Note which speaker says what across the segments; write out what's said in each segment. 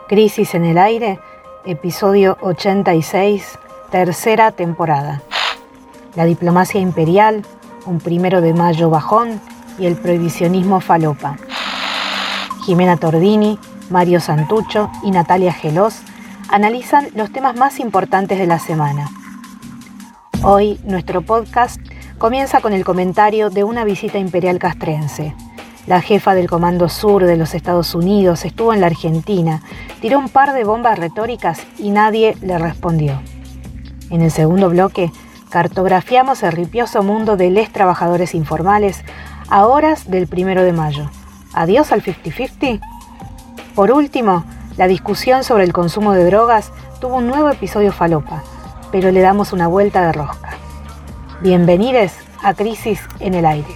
Speaker 1: Crisis en el aire, episodio 86, tercera temporada. La diplomacia imperial, un 1 de mayo bajón y el prohibicionismo falopa. Jimena Tordini, Mario Santucho y Natalia Gelos analizan los temas más importantes de la semana. Hoy nuestro podcast comienza con el comentario de una visita imperial castrense. La jefa del Comando Sur de los Estados Unidos estuvo en la Argentina, tiró un par de bombas retóricas y nadie le respondió. En el segundo bloque, cartografiamos el ripioso mundo de les trabajadores informales a horas del 1 de mayo. ¿Adiós al 50-50? Por último, la discusión sobre el consumo de drogas tuvo un nuevo episodio falopa, pero le damos una vuelta de rosca. Bienvenidos a Crisis en el aire.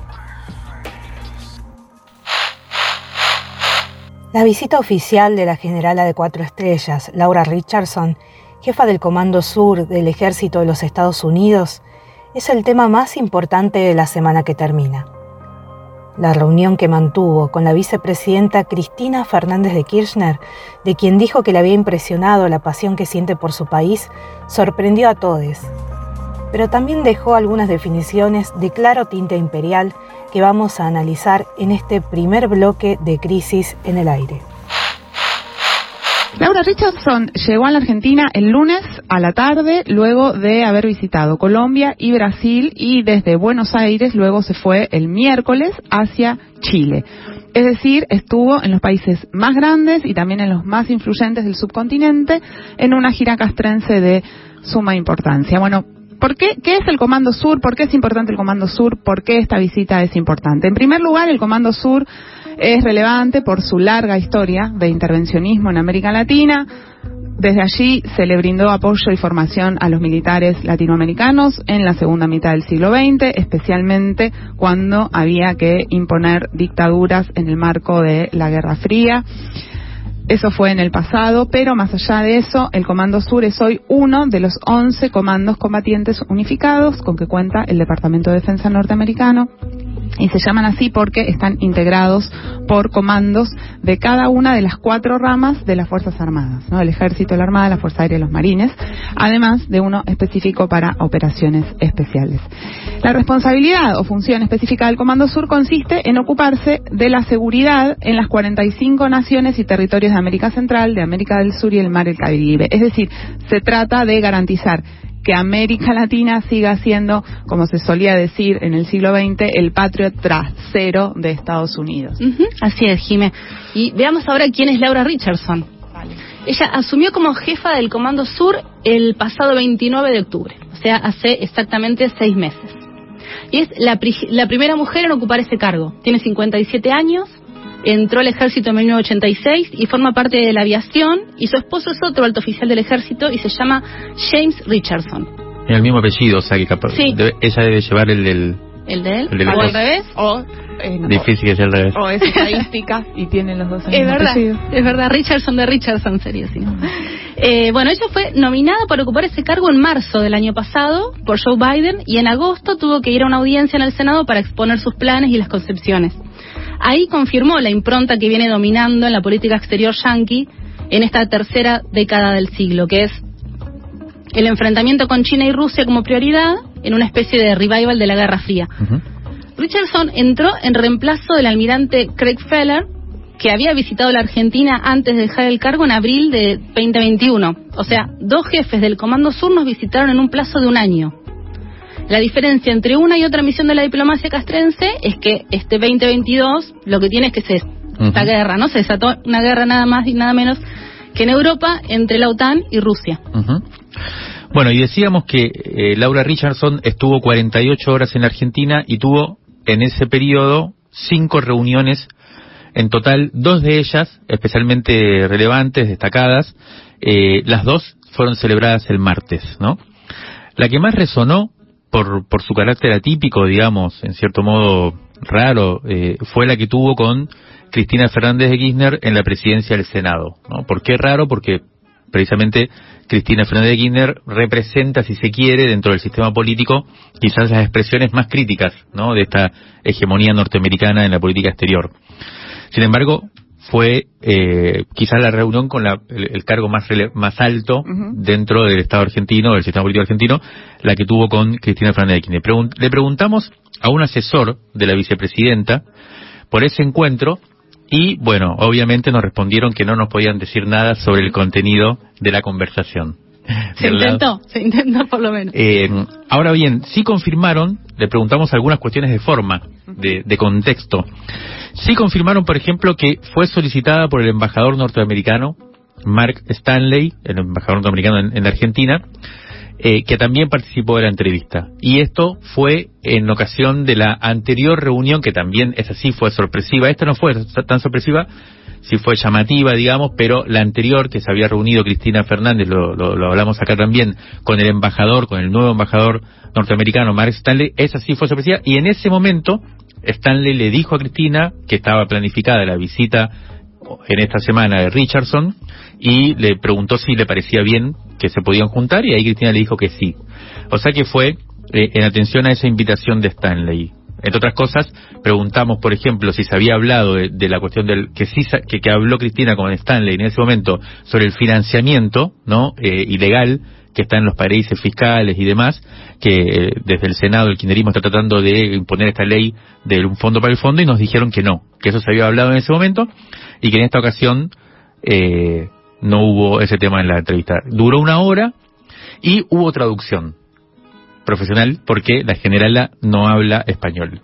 Speaker 1: La visita oficial de la generala de 4 estrellas, Laura Richardson, jefa del Comando Sur del Ejército de los Estados Unidos, es el tema más importante de la semana que termina. La reunión que mantuvo con la vicepresidenta Cristina Fernández de Kirchner, de quien dijo que le había impresionado la pasión que siente por su país, sorprendió a todos, pero también dejó algunas definiciones de claro tinte imperial que vamos a analizar en este primer bloque de Crisis en el aire.
Speaker 2: Laura Richardson llegó a la Argentina el lunes a la tarde, luego de haber visitado Colombia y Brasil, y desde Buenos Aires luego se fue el miércoles hacia Chile. Es decir, estuvo en los países más grandes y también en los más influyentes del subcontinente en una gira castrense de suma importancia. Bueno, ¿qué es el Comando Sur? ¿Por qué es importante el Comando Sur? ¿Por qué esta visita es importante? En primer lugar, el Comando Sur es relevante por su larga historia de intervencionismo en América Latina. Desde allí se le brindó apoyo y formación a los militares latinoamericanos en la segunda mitad del siglo XX, especialmente cuando había que imponer dictaduras en el marco de la Guerra Fría. Eso fue en el pasado, pero más allá de eso, el Comando Sur es hoy uno de los 11 comandos combatientes unificados con que cuenta el Departamento de Defensa norteamericano, y se llaman así porque están integrados por comandos de cada una de las 4 ramas de las Fuerzas Armadas, ¿no? El Ejército, la Armada, la Fuerza Aérea y los Marines, además de uno específico para operaciones especiales. La responsabilidad o función específica del Comando Sur consiste en ocuparse de la seguridad en las 45 naciones y territorios de América Central, de América del Sur y el Mar del Caribe. Es decir, se trata de garantizar que América Latina siga siendo, como se solía decir en el siglo XX, el patrio trasero de Estados Unidos.
Speaker 3: Así es, Jimé. Y veamos ahora quién es Laura Richardson.
Speaker 2: Vale.
Speaker 3: Ella asumió como jefa del Comando Sur el pasado 29 de octubre, o sea, hace exactamente 6 meses. Y es la primera mujer en ocupar ese cargo. Tiene 57 años, entró al ejército en 1986 y forma parte de la aviación, y su esposo es otro alto oficial del ejército y se llama James Richardson.
Speaker 4: Tiene el mismo apellido, o sea que capaz
Speaker 3: sí.
Speaker 4: Ella debe llevar el del...
Speaker 3: ¿El de él?
Speaker 4: El del
Speaker 3: ¿O al revés?
Speaker 2: O,
Speaker 4: difícil que sea al revés.
Speaker 2: O es estadística y tienen los dos el
Speaker 3: Es
Speaker 2: mismo
Speaker 3: verdad,
Speaker 2: apellido.
Speaker 3: es verdad, Richardson de Richardson sería así, ¿no? Bueno, ella fue nominada para ocupar ese cargo en marzo del año pasado por Joe Biden, y en agosto tuvo que ir a una audiencia en el Senado para exponer sus planes y las concepciones. Ahí confirmó la impronta que viene dominando en la política exterior yanqui en esta tercera década del siglo, que es el enfrentamiento con China y Rusia como prioridad en una especie de revival de la Guerra Fría. Richardson entró en reemplazo del almirante Craig Feller, que había visitado la Argentina antes de dejar el cargo en abril de 2021. O sea, 2 jefes del Comando Sur nos visitaron en un plazo de 1 año. La diferencia entre una y otra misión de la diplomacia castrense es que este 2022 lo que tiene es que esta guerra, ¿no? Se desató una guerra nada más y nada menos que en Europa entre la OTAN y Rusia.
Speaker 4: Bueno, y decíamos que Laura Richardson estuvo 48 horas en la Argentina y tuvo en ese periodo 5 reuniones en total, 2 de ellas especialmente relevantes, destacadas. Las 2 fueron celebradas el martes, ¿no? La que más resonó por su carácter atípico, digamos, en cierto modo raro, fue la que tuvo con Cristina Fernández de Kirchner en la presidencia del Senado, ¿no? ¿Por qué raro? Porque precisamente Cristina Fernández de Kirchner representa, si se quiere, dentro del sistema político, quizás las expresiones más críticas, ¿no?, de esta hegemonía norteamericana en la política exterior. Sin embargo, fue quizás la reunión con el cargo más alto dentro del Estado argentino, del sistema político argentino, la que tuvo con Cristina Fernández de Kirchner. Le preguntamos a un asesor de la vicepresidenta por ese encuentro y, bueno, obviamente nos respondieron que no nos podían decir nada sobre el contenido de la conversación.
Speaker 3: Se intentó por lo menos.
Speaker 4: Ahora bien, sí confirmaron, le preguntamos algunas cuestiones de forma, de contexto. Sí confirmaron, por ejemplo, que fue solicitada por el embajador norteamericano, Mark Stanley, el embajador norteamericano en Argentina, que también participó de la entrevista. Y esto fue en ocasión de la anterior reunión, que también esa sí fue sorpresiva. Esta no fue tan sorpresiva, sí fue llamativa, digamos, pero la anterior, que se había reunido Cristina Fernández, lo hablamos acá también, con el nuevo embajador norteamericano, Mark Stanley, esa sí fue sorpresiva. Y en ese momento, Stanley le dijo a Cristina que estaba planificada la visita en esta semana de Richardson y le preguntó si le parecía bien que se podían juntar y ahí Cristina le dijo que sí. O sea que fue en atención a esa invitación de Stanley. Entre otras cosas, preguntamos, por ejemplo, si se había hablado de la cuestión que habló Cristina con Stanley en ese momento sobre el financiamiento, ¿no? Ilegal que está en los paraísos fiscales y demás, que desde el Senado el kirchnerismo está tratando de imponer esta ley de un fondo para el fondo y nos dijeron que no, que eso se había hablado en ese momento y que en esta ocasión no hubo ese tema en la entrevista. Duró 1 hora y hubo traducción profesional porque la generala no habla español.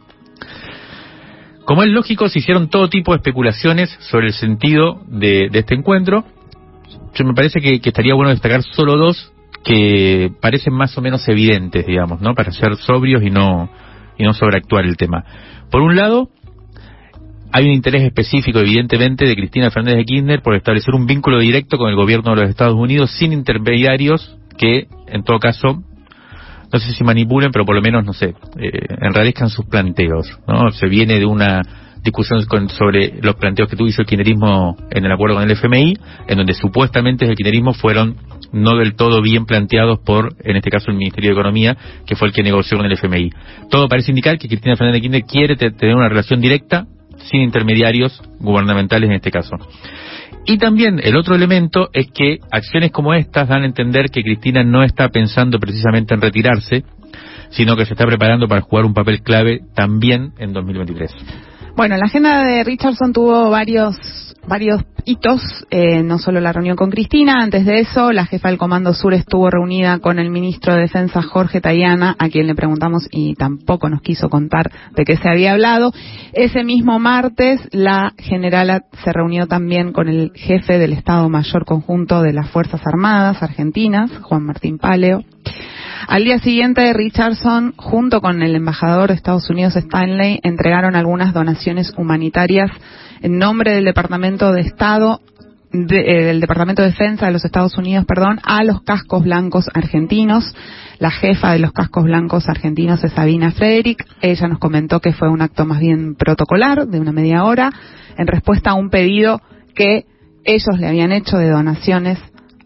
Speaker 4: Como es lógico, se hicieron todo tipo de especulaciones sobre el sentido de este encuentro. Me parece que estaría bueno destacar solo 2 que parecen más o menos evidentes, digamos, ¿no? Para ser sobrios y no sobreactuar el tema. Por un lado, hay un interés específico, evidentemente, de Cristina Fernández de Kirchner por establecer un vínculo directo con el gobierno de los Estados Unidos sin intermediarios que, en todo caso, no sé si manipulen, pero por lo menos, no sé, enrarezcan sus planteos, ¿no? Se viene de una discusión sobre los planteos que hizo el kirchnerismo en el acuerdo con el FMI, en donde supuestamente el kirchnerismo fueron no del todo bien planteados por, en este caso, el Ministerio de Economía, que fue el que negoció con el FMI. Todo parece indicar que Cristina Fernández de Kirchner quiere tener una relación directa, sin intermediarios gubernamentales en este caso. Y también el otro elemento es que acciones como estas dan a entender que Cristina no está pensando precisamente en retirarse, sino que se está preparando para jugar un papel clave también en 2023.
Speaker 2: Bueno, la agenda de Richardson tuvo varios hitos, no solo la reunión con Cristina. Antes de eso, la jefa del Comando Sur estuvo reunida con el ministro de Defensa, Jorge Tayana, a quien le preguntamos y tampoco nos quiso contar de qué se había hablado. Ese mismo martes, la generala se reunió también con el jefe del Estado Mayor Conjunto de las Fuerzas Armadas Argentinas, Juan Martín Paleo. Al día siguiente, Richardson, junto con el embajador de Estados Unidos, Stanley, entregaron algunas donaciones humanitarias en nombre del Departamento de Estado, del Departamento de Defensa de los Estados Unidos, a los cascos blancos argentinos. La jefa de los cascos blancos argentinos es Sabina Frederick. Ella nos comentó que fue un acto más bien protocolar, de una media hora, en respuesta a un pedido que ellos le habían hecho de donaciones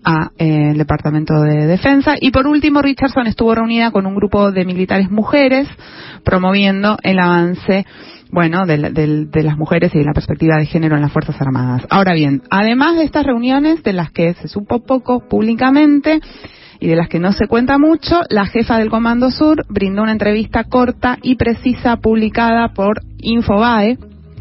Speaker 2: el Departamento de Defensa. Y por último, Richardson estuvo reunida con un grupo de militares mujeres promoviendo el avance de las mujeres y de la perspectiva de género en las Fuerzas Armadas. Ahora bien, además de estas reuniones de las que se supo poco públicamente y de las que no se cuenta mucho, la jefa del Comando Sur brindó una entrevista corta y precisa publicada por Infobae,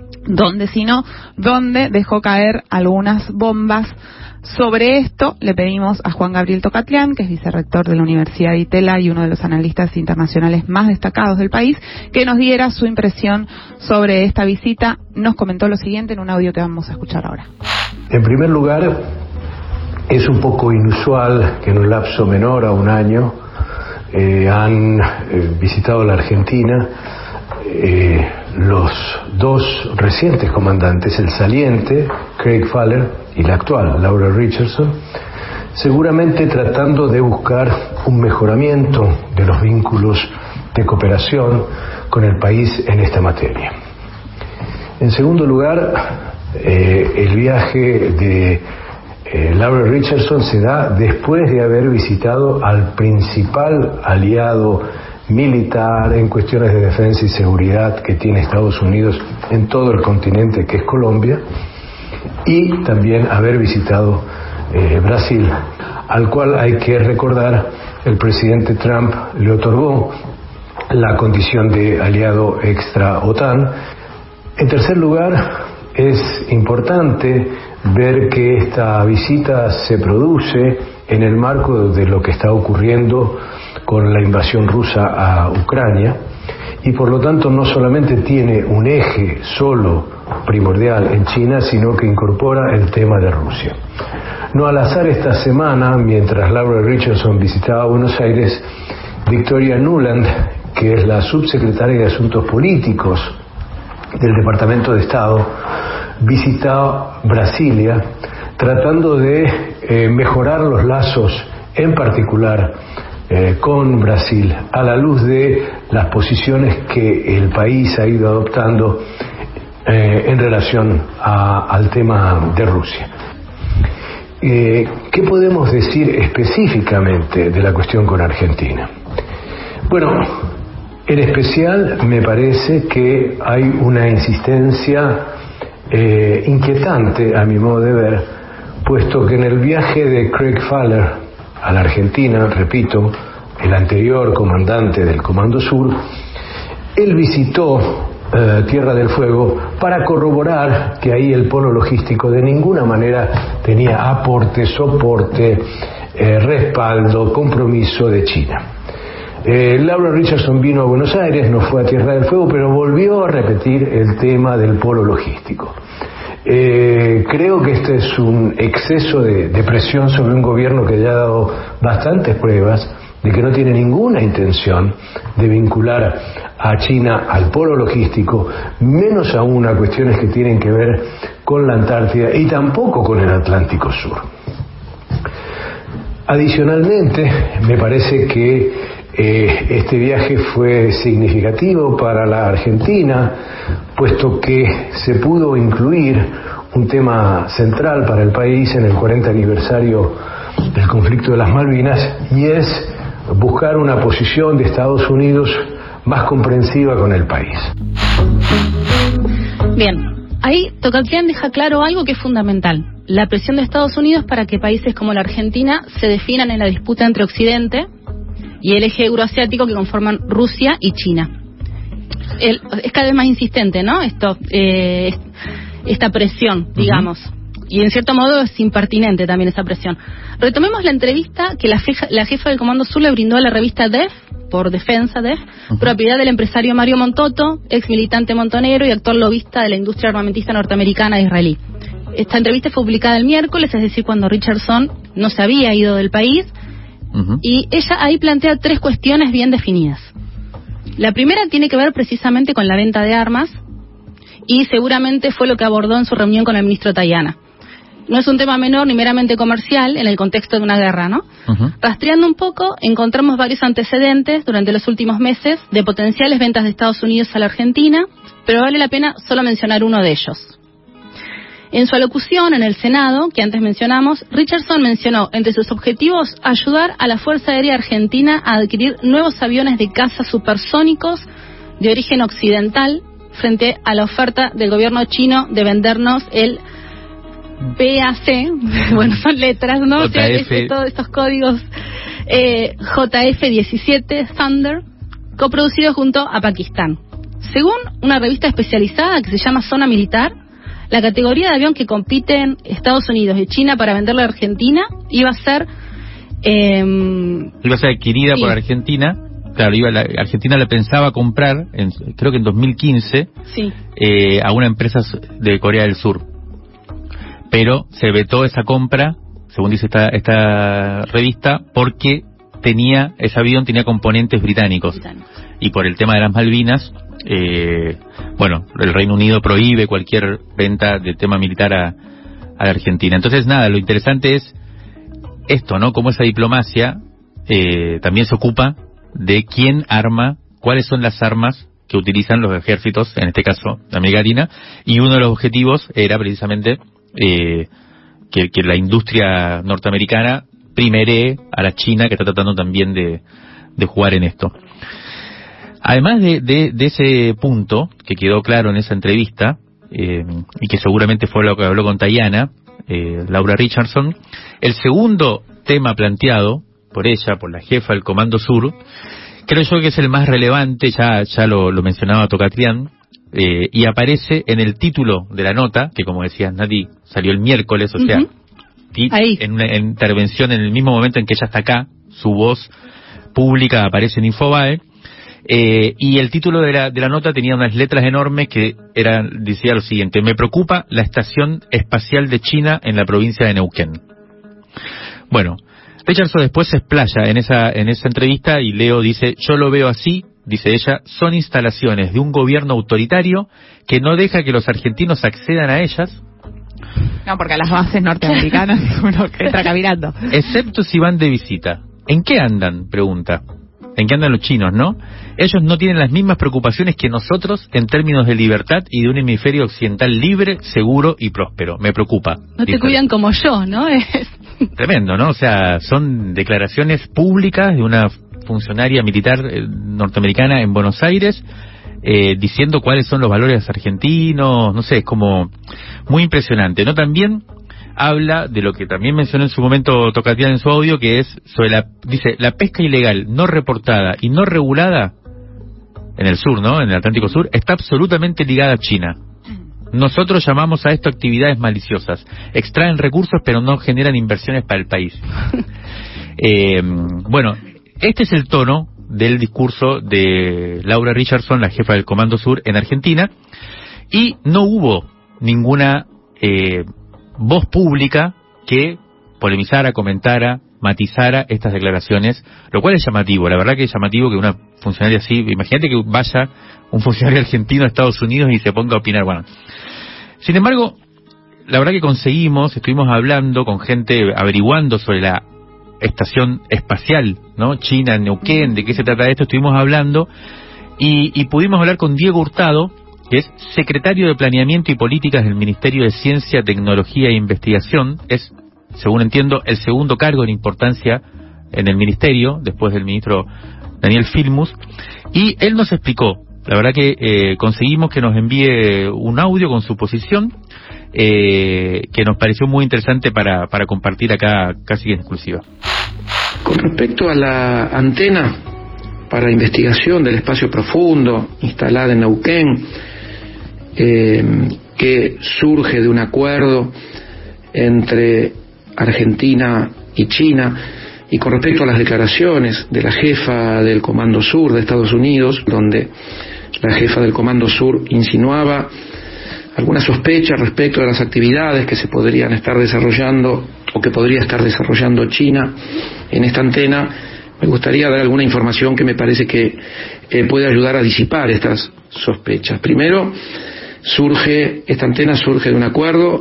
Speaker 2: donde dejó caer algunas bombas. Sobre esto le pedimos a Juan Gabriel Tocatlián, que es vicerrector de la Universidad de Itela y uno de los analistas internacionales más destacados del país, que nos diera su impresión sobre esta visita. Nos comentó lo siguiente en un audio que vamos a escuchar ahora.
Speaker 5: En primer lugar, es un poco inusual que en un lapso menor a 1 año han visitado la Argentina los 2 recientes comandantes, el saliente Craig Faller y la actual Laura Richardson, seguramente tratando de buscar un mejoramiento de los vínculos de cooperación con el país en esta materia. En segundo lugar, el viaje de Laura Richardson se da después de haber visitado al principal aliado militar en cuestiones de defensa y seguridad que tiene Estados Unidos en todo el continente, que es Colombia, y también haber visitado Brasil, al cual hay que recordar el presidente Trump le otorgó la condición de aliado extra OTAN. En tercer lugar, es importante ver que esta visita se produce en el marco de lo que está ocurriendo con la invasión rusa a Ucrania, y por lo tanto no solamente tiene un eje solo primordial en China, sino que incorpora el tema de Rusia. No al azar, esta semana, mientras Laura Richardson visitaba Buenos Aires, Victoria Nuland, que es la subsecretaria de Asuntos Políticos del Departamento de Estado, visitó Brasilia tratando de mejorar los lazos, en particular con Brasil, a la luz de las posiciones que el país ha ido adoptando en relación al tema de Rusia. ¿Qué podemos decir específicamente de la cuestión con Argentina? Bueno, en especial me parece que hay una insistencia inquietante, a mi modo de ver, puesto que en el viaje de Craig Faller a la Argentina, repito, el anterior comandante del Comando Sur, él visitó Tierra del Fuego para corroborar que ahí el polo logístico de ninguna manera tenía aporte, soporte, respaldo, compromiso de China. Laura Richardson vino a Buenos Aires, no fue a Tierra del Fuego, pero volvió a repetir el tema del polo logístico. Creo que este es un exceso de presión sobre un gobierno que ya ha dado bastantes pruebas de que no tiene ninguna intención de vincular a China al polo logístico, menos aún a cuestiones que tienen que ver con la Antártida y tampoco con el Atlántico Sur. Adicionalmente, me parece que este viaje fue significativo para la Argentina, puesto que se pudo incluir un tema central para el país en el 40 aniversario del conflicto de las Malvinas, y es buscar una posición de Estados Unidos más comprensiva con el país.
Speaker 3: Bien, ahí Tocatlián deja claro algo que es fundamental: la presión de Estados Unidos para que países como la Argentina se definan en la disputa entre Occidente y el eje euroasiático que conforman Rusia y China. Es cada vez más insistente, ¿no? Esta presión, digamos. Y en cierto modo es impertinente también esa presión. Retomemos la entrevista que la jefa del Comando Sur le brindó a la revista DEF, por defensa DEF, propiedad del empresario Mario Montoto, ex militante montonero y actual lobista de la industria armamentista norteamericana e israelí. Esta entrevista fue publicada el miércoles, es decir, cuando Richardson no se había ido del país, y ella ahí plantea 3 cuestiones bien definidas. La primera tiene que ver precisamente con la venta de armas, y seguramente fue lo que abordó en su reunión con el ministro Tayana. No es un tema menor ni meramente comercial en el contexto de una guerra, ¿no? Rastreando un poco, encontramos varios antecedentes durante los últimos meses de potenciales ventas de Estados Unidos a la Argentina, pero vale la pena solo mencionar uno de ellos. En su alocución en el Senado, que antes mencionamos, Richardson mencionó entre sus objetivos ayudar a la Fuerza Aérea Argentina a adquirir nuevos aviones de caza supersónicos de origen occidental frente a la oferta del gobierno chino de vendernos el PAC, bueno, son letras, ¿no? Todos estos códigos JF-17 Thunder, coproducidos junto a Pakistán. Según una revista especializada que se llama Zona Militar, la categoría de avión que compiten Estados Unidos y China para venderle a Argentina iba a ser
Speaker 4: adquirida por Argentina. Claro, Argentina la pensaba comprar, creo que en 2015, a una empresa de Corea del Sur. Pero se vetó esa compra, según dice esta revista, porque ese avión tenía componentes británicos. Y por el tema de las Malvinas, el Reino Unido prohíbe cualquier venta de tema militar a la Argentina. Entonces, nada, lo interesante es esto, ¿no? Cómo esa diplomacia también se ocupa de quién arma, cuáles son las armas que utilizan los ejércitos, en este caso de América Latina, y uno de los objetivos era precisamente que la industria norteamericana primeree a la China, que está tratando también de jugar en esto. Además de ese punto que quedó claro en esa entrevista, y que seguramente fue lo que habló con Tayana, Laura Richardson. El segundo tema planteado por ella, por la jefa del Comando Sur, creo yo que es el más relevante, ya lo mencionaba Tocatrián, y aparece en el título de la nota, que como decías Nati, salió el miércoles, o sea, en una intervención en el mismo momento en que ella está acá, su voz pública aparece en Infobae, y el título de la nota tenía unas letras enormes que decía lo siguiente: me preocupa la estación espacial de China en la provincia de Neuquén. Bueno, Richardson después se explaya en esa entrevista y Leo dice: yo lo veo así, dice ella, son instalaciones de un gobierno autoritario que no deja que los argentinos accedan a ellas.
Speaker 2: No, porque a las bases norteamericanas uno que entra caminando.
Speaker 4: Excepto si van de visita. ¿En qué andan? Pregunta. ¿En qué andan los chinos, no? Ellos no tienen las mismas preocupaciones que nosotros en términos de libertad y de un hemisferio occidental libre, seguro y próspero. Me preocupa.
Speaker 3: No te cuidan como yo, ¿no?
Speaker 4: Tremendo, ¿no? O sea, son declaraciones públicas de una funcionaria militar norteamericana en Buenos Aires, diciendo cuáles son los valores argentinos, no sé, es como muy impresionante, ¿no? También habla de lo que también mencionó en su momento Tocatrián en su audio, que es sobre dice, la pesca ilegal no reportada y no regulada en el sur, ¿no? En el Atlántico Sur, está absolutamente ligada a China. Nosotros llamamos a esto actividades maliciosas. Extraen recursos pero no generan inversiones para el país. Bueno, este es el tono del discurso de Laura Richardson, la jefa del Comando Sur en Argentina, y no hubo ninguna voz pública que polemizara, comentara, matizara estas declaraciones, lo cual es llamativo. La verdad que es llamativo que una funcionaria así, imagínate que vaya un funcionario argentino a Estados Unidos y se ponga a opinar. Bueno, sin embargo, la verdad que estuvimos hablando con gente, averiguando sobre la estación espacial, ¿no? China, en Neuquén, de qué se trata esto, estuvimos hablando y pudimos hablar con Diego Hurtado, que es secretario de Planeamiento y Políticas del Ministerio de Ciencia, Tecnología e Investigación. Es, según entiendo, el segundo cargo en importancia en el ministerio, después del ministro Daniel Filmus, y él nos explicó, la verdad que conseguimos que nos envíe un audio con su posición, que nos pareció muy interesante para compartir acá casi en exclusiva.
Speaker 6: Con respecto a la antena para investigación del espacio profundo instalada en Neuquén, que surge de un acuerdo entre Argentina y China, y con respecto a las declaraciones de la jefa del Comando Sur de Estados Unidos, donde la jefa del Comando Sur insinuaba alguna sospecha respecto de las actividades que se podrían estar desarrollando o que podría estar desarrollando China en esta antena, me gustaría dar alguna información que me parece que puede ayudar a disipar estas sospechas. Primero, esta antena surge de un acuerdo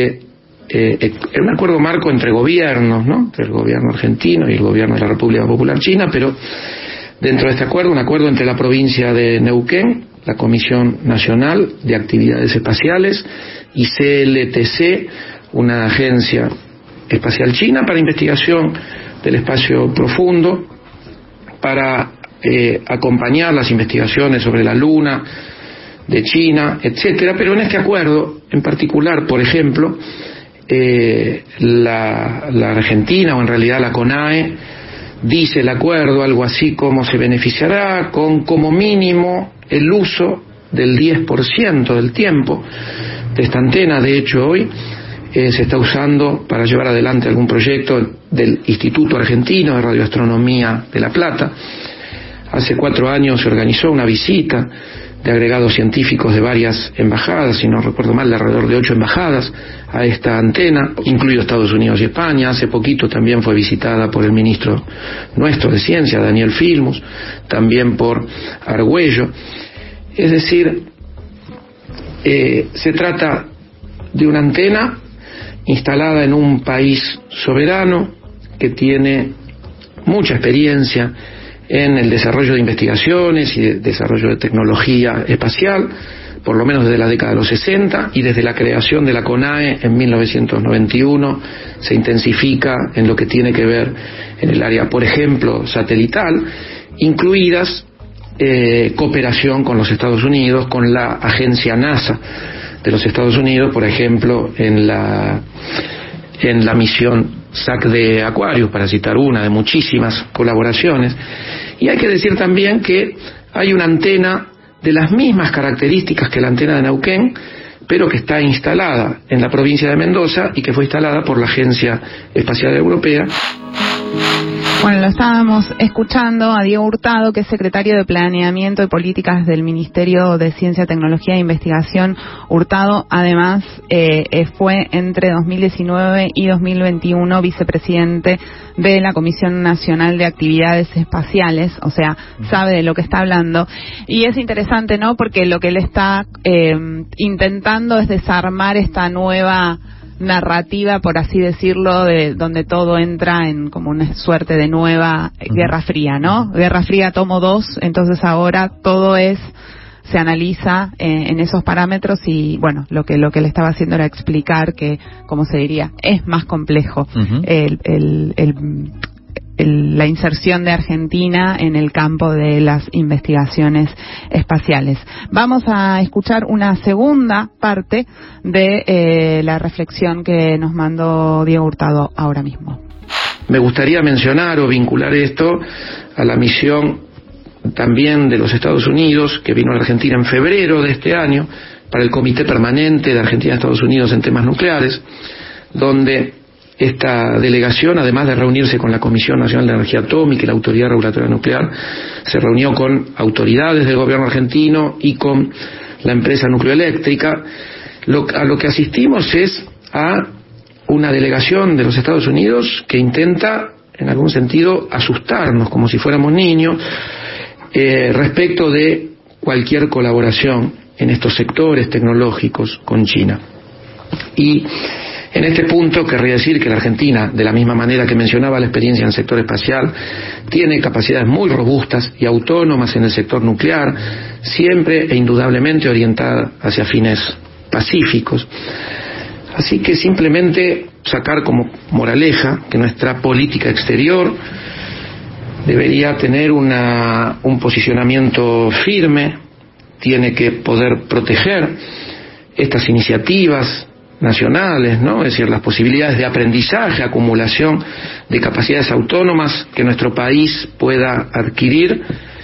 Speaker 6: un acuerdo marco entre gobiernos, ¿no? Entre el gobierno argentino y el gobierno de la República Popular China, pero dentro de este acuerdo, un acuerdo entre la provincia de Neuquén, la Comisión Nacional de Actividades Espaciales, y CLTC, una agencia espacial china para investigación del espacio profundo, para acompañar las investigaciones sobre la Luna de China, etcétera. Pero en este acuerdo, en particular, por ejemplo, la Argentina, o en realidad la CONAE, dice el acuerdo algo así como se beneficiará con como mínimo el uso del 10% del tiempo de esta antena. De hecho, hoy se está usando para llevar adelante algún proyecto del Instituto Argentino de Radioastronomía de La Plata. Hace 4 años se organizó una visita de agregados científicos de varias embajadas, si no recuerdo mal, de alrededor de 8 embajadas a esta antena, incluido Estados Unidos y España. Hace poquito también fue visitada por el ministro nuestro de Ciencia, Daniel Filmus, también por Argüello. Es decir, se trata de una antena instalada en un país soberano que tiene mucha experiencia en el desarrollo de investigaciones y de desarrollo de tecnología espacial, por lo menos desde la década de los 60, y desde la creación de la CONAE en 1991 se intensifica en lo que tiene que ver en el área, por ejemplo, satelital, incluidas cooperación con los Estados Unidos, con la agencia NASA de los Estados Unidos, por ejemplo, en la misión SAC de Aquarius, para citar una de muchísimas colaboraciones. Y hay que decir también que hay una antena de las mismas características que la antena de Neuquén, pero que está instalada en la provincia de Mendoza y que fue instalada por la Agencia Espacial Europea.
Speaker 2: Bueno, lo estábamos escuchando a Diego Hurtado, que es secretario de Planeamiento y Políticas del Ministerio de Ciencia, Tecnología e Investigación. Hurtado, además, fue entre 2019 y 2021 vicepresidente de la Comisión Nacional de Actividades Espaciales, o sea, sabe de lo que está hablando. Y es interesante, ¿no?, porque lo que él está intentando es desarmar esta nueva narrativa, por así decirlo, de donde todo entra en como una suerte de nueva Guerra Fría, ¿no? Guerra Fría tomo 2, entonces ahora todo se analiza en esos parámetros y, bueno, lo que le estaba haciendo era explicar que, como se diría, es más complejo la inserción de Argentina en el campo de las investigaciones espaciales. Vamos a escuchar una segunda parte de la reflexión que nos mandó Diego Hurtado ahora mismo.
Speaker 6: Me gustaría mencionar o vincular esto a la misión también de los Estados Unidos, que vino a la Argentina en febrero de este año, para el Comité Permanente de Argentina y Estados Unidos en temas nucleares, donde esta delegación, además de reunirse con la Comisión Nacional de Energía Atómica y la Autoridad Regulatoria Nuclear, se reunió con autoridades del gobierno argentino y con la empresa nucleoeléctrica. A lo que asistimos es a una delegación de los Estados Unidos que intenta, en algún sentido, asustarnos como si fuéramos niños respecto de cualquier colaboración en estos sectores tecnológicos con China. Y en este punto querría decir que la Argentina, de la misma manera que mencionaba la experiencia en el sector espacial, tiene capacidades muy robustas y autónomas en el sector nuclear, siempre e indudablemente orientada hacia fines pacíficos. Así que simplemente sacar como moraleja que nuestra política exterior debería tener un posicionamiento firme, tiene que poder proteger estas iniciativas nacionales, ¿no? Es decir, las posibilidades de aprendizaje, acumulación de capacidades autónomas que nuestro país pueda adquirir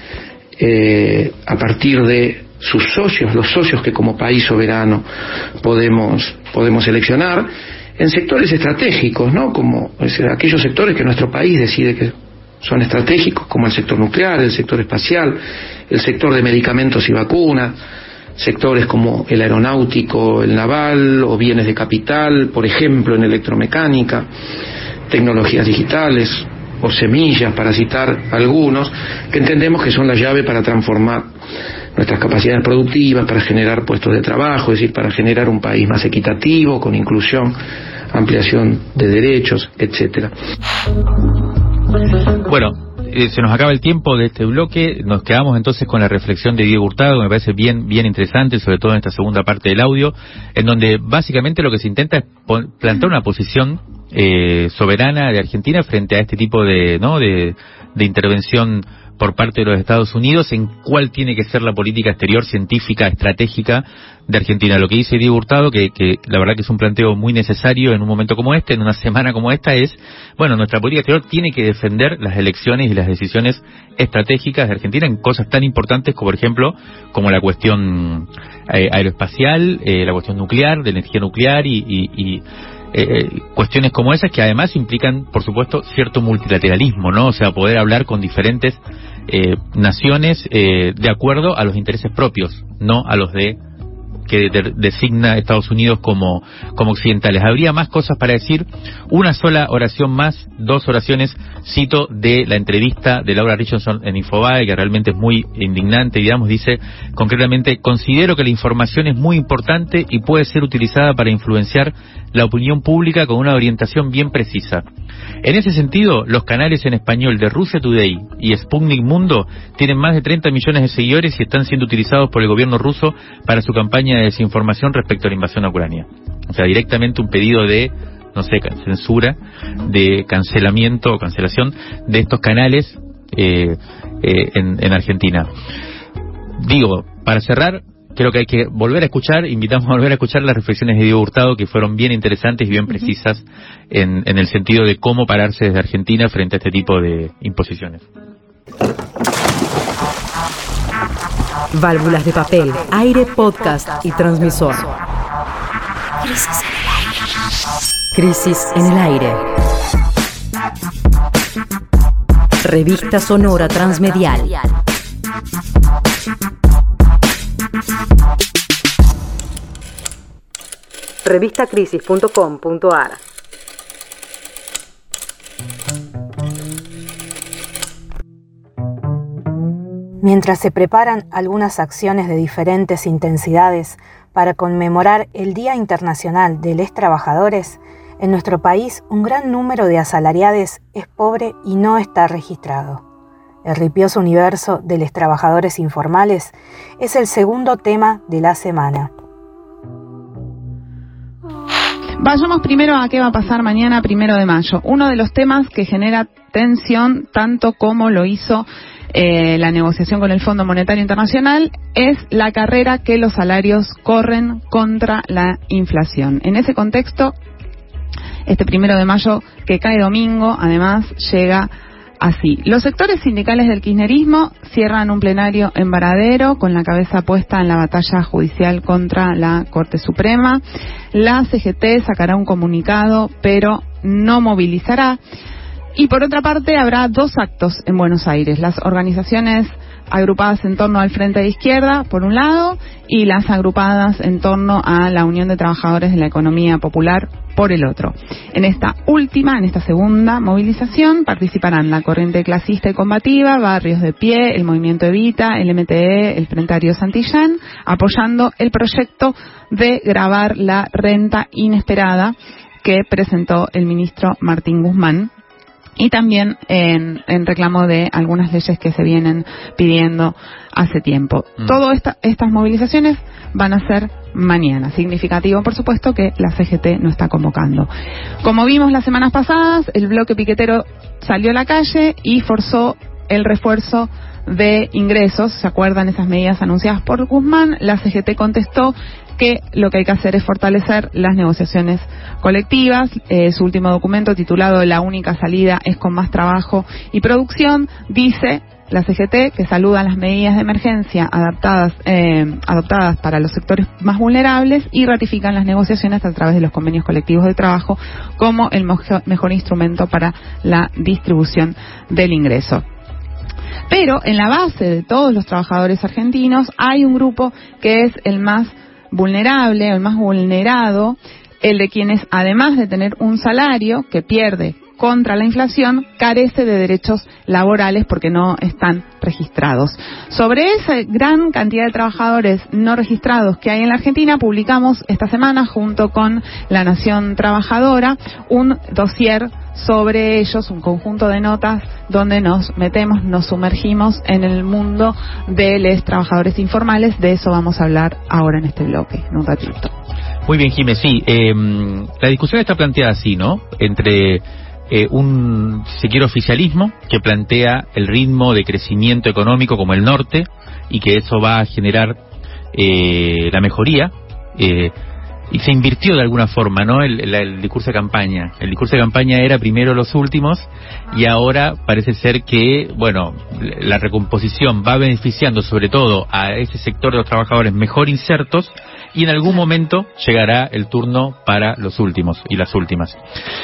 Speaker 6: a partir de sus socios, los socios que como país soberano podemos seleccionar en sectores estratégicos, ¿no? Como aquellos sectores que nuestro país decide que son estratégicos, como el sector nuclear, el sector espacial, el sector de medicamentos y vacunas, sectores como el aeronáutico, el naval o bienes de capital, por ejemplo en electromecánica, tecnologías digitales o semillas, para citar algunos, que entendemos que son la llave para transformar nuestras capacidades productivas, para generar puestos de trabajo, es decir, para generar un país más equitativo, con inclusión, ampliación de derechos, etcétera.
Speaker 4: Bueno, se nos acaba el tiempo de este bloque. Nos quedamos entonces con la reflexión de Diego Hurtado, que me parece bien interesante, sobre todo en esta segunda parte del audio, en donde básicamente lo que se intenta es plantear una posición soberana de Argentina frente a este tipo de intervención por parte de los Estados Unidos, en cuál tiene que ser la política exterior científica, estratégica de Argentina. Lo que dice Diego Hurtado, que la verdad que es un planteo muy necesario en un momento como este, en una semana como esta, es, bueno, nuestra política exterior tiene que defender las elecciones y las decisiones estratégicas de Argentina en cosas tan importantes como, por ejemplo, como la cuestión aeroespacial, la cuestión nuclear, de energía nuclear y cuestiones como esas, que además implican, por supuesto, cierto multilateralismo, ¿no? O sea, poder hablar con diferentes naciones de acuerdo a los intereses propios, no a los que designa Estados Unidos como occidentales. Habría más cosas para decir. Una sola oración más, 2 oraciones, cito de la entrevista de Laura Richardson en Infobae, que realmente es muy indignante, digamos. Dice concretamente: considero que la información es muy importante y puede ser utilizada para influenciar la opinión pública con una orientación bien precisa. En ese sentido, los canales en español de Russia Today y Sputnik Mundo tienen más de 30 millones de seguidores y están siendo utilizados por el gobierno ruso para su campaña de desinformación respecto a la invasión a Ucrania. O sea, directamente un pedido de, censura, de cancelamiento o cancelación de estos canales en Argentina. Digo, para cerrar, creo que hay que volver a escuchar, invitamos a volver a escuchar las reflexiones de Diego Hurtado, que fueron bien interesantes y bien precisas en el sentido de cómo pararse desde Argentina frente a este tipo de imposiciones.
Speaker 7: Válvulas de papel, aire, podcast y transmisor. Crisis en el aire. Revista sonora transmedial. Revistacrisis.com.ar.
Speaker 1: Mientras se preparan algunas acciones de diferentes intensidades para conmemorar el Día Internacional de les Trabajadores, en nuestro país un gran número de asalariades es pobre y no está registrado. El ripioso universo de les trabajadores informales es el segundo tema de la semana.
Speaker 2: Vayamos primero a qué va a pasar mañana, 1 de mayo. Uno de los temas que genera tensión, tanto como lo hizo la negociación con el Fondo Monetario Internacional, es la carrera que los salarios corren contra la inflación. En ese contexto, este 1 de mayo, que cae domingo, además, llega así. Los sectores sindicales del kirchnerismo cierran un plenario en Varadero con la cabeza puesta en la batalla judicial contra la Corte Suprema. La CGT sacará un comunicado, pero no movilizará. Y por otra parte, habrá 2 actos en Buenos Aires. Las organizaciones agrupadas en torno al Frente de Izquierda, por un lado, y las agrupadas en torno a la Unión de Trabajadores de la Economía Popular, por el otro. En esta segunda movilización, participarán la Corriente Clasista y Combativa, Barrios de Pie, el Movimiento Evita, el MTE, el Frentario Santillán, apoyando el proyecto de gravar la renta inesperada que presentó el ministro Martín Guzmán, y también en reclamo de algunas leyes que se vienen pidiendo hace tiempo. Todas estas movilizaciones van a ser mañana. Significativo, por supuesto, que la CGT no está convocando. Como vimos las semanas pasadas, el bloque piquetero salió a la calle y forzó el refuerzo de ingresos. ¿Se acuerdan esas medidas anunciadas por Guzmán? La CGT contestó que lo que hay que hacer es fortalecer las negociaciones colectivas. Su último documento, titulado La única salida es con más trabajo y producción, dice la CGT que saluda las medidas de emergencia adoptadas para los sectores más vulnerables y ratifican las negociaciones a través de los convenios colectivos de trabajo como el mejor instrumento para la distribución del ingreso. Pero en la base de todos los trabajadores argentinos hay un grupo que es el más vulnerable, el más vulnerado, el de quienes, además de tener un salario que pierde contra la inflación, carece de derechos laborales porque no están registrados. Sobre esa gran cantidad de trabajadores no registrados que hay en la Argentina, publicamos esta semana, junto con La Nación Trabajadora, un dossier sobre ellos, un conjunto de notas donde nos sumergimos en el mundo de los trabajadores informales. De eso vamos a hablar ahora en este bloque, en un ratito.
Speaker 4: Muy bien, Jiménez, sí. La discusión está planteada así, ¿no? Entre un, si quiere, oficialismo que plantea el ritmo de crecimiento económico como el norte y que eso va a generar la mejoría, y se invirtió de alguna forma, ¿no? El discurso de campaña. El discurso de campaña era primero los últimos y ahora parece ser que, bueno, la recomposición va beneficiando sobre todo a ese sector de los trabajadores mejor insertos y en algún momento llegará el turno para los últimos y las últimas.